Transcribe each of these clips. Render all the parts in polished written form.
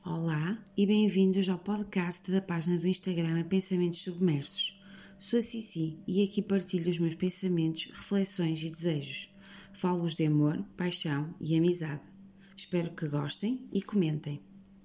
Olá e bem-vindos ao podcast da página do Instagram Pensamentos Submersos. Sou a Cici e aqui partilho os meus pensamentos, reflexões e desejos. Falo-vos de amor, paixão e amizade. Espero que gostem e comentem.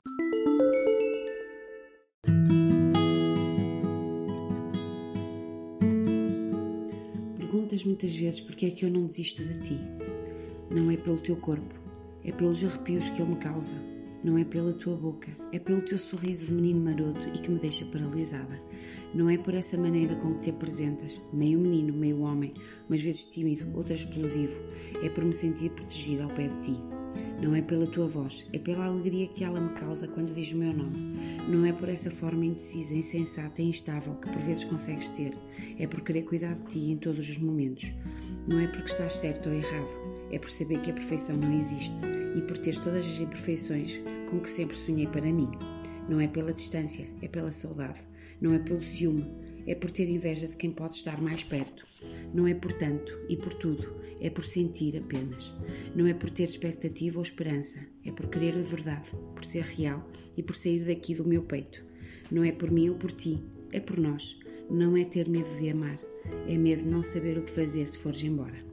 Perguntas muitas vezes porque é que eu não desisto de ti. Não é pelo teu corpo, é pelos arrepios que ele me causa. Não é pela tua boca, é pelo teu sorriso de menino maroto e que me deixa paralisada. Não é por essa maneira com que te apresentas, meio menino, meio homem, umas vezes tímido, outras explosivo. É por me sentir protegida ao pé de ti. Não é pela tua voz, é pela alegria que ela me causa quando diz o meu nome. Não é por essa forma indecisa, insensata e instável que por vezes consegues ter. É por querer cuidar de ti em todos os momentos. Não é porque estás certo ou errado, é por saber que a perfeição não existe e por teres todas as imperfeições com que sempre sonhei para mim. Não é pela distância, é pela saudade. Não é pelo ciúme, é por ter inveja de quem pode estar mais perto. Não é por tanto e por tudo, é por sentir apenas. Não é por ter expectativa ou esperança, é por querer de verdade, por ser real e por sair daqui do meu peito. Não é por mim ou por ti, é por nós. Não é ter medo de amar, é medo de não saber o que fazer se fores embora.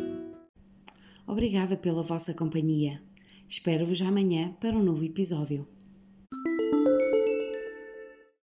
Obrigada pela vossa companhia. Espero-vos amanhã para um novo episódio.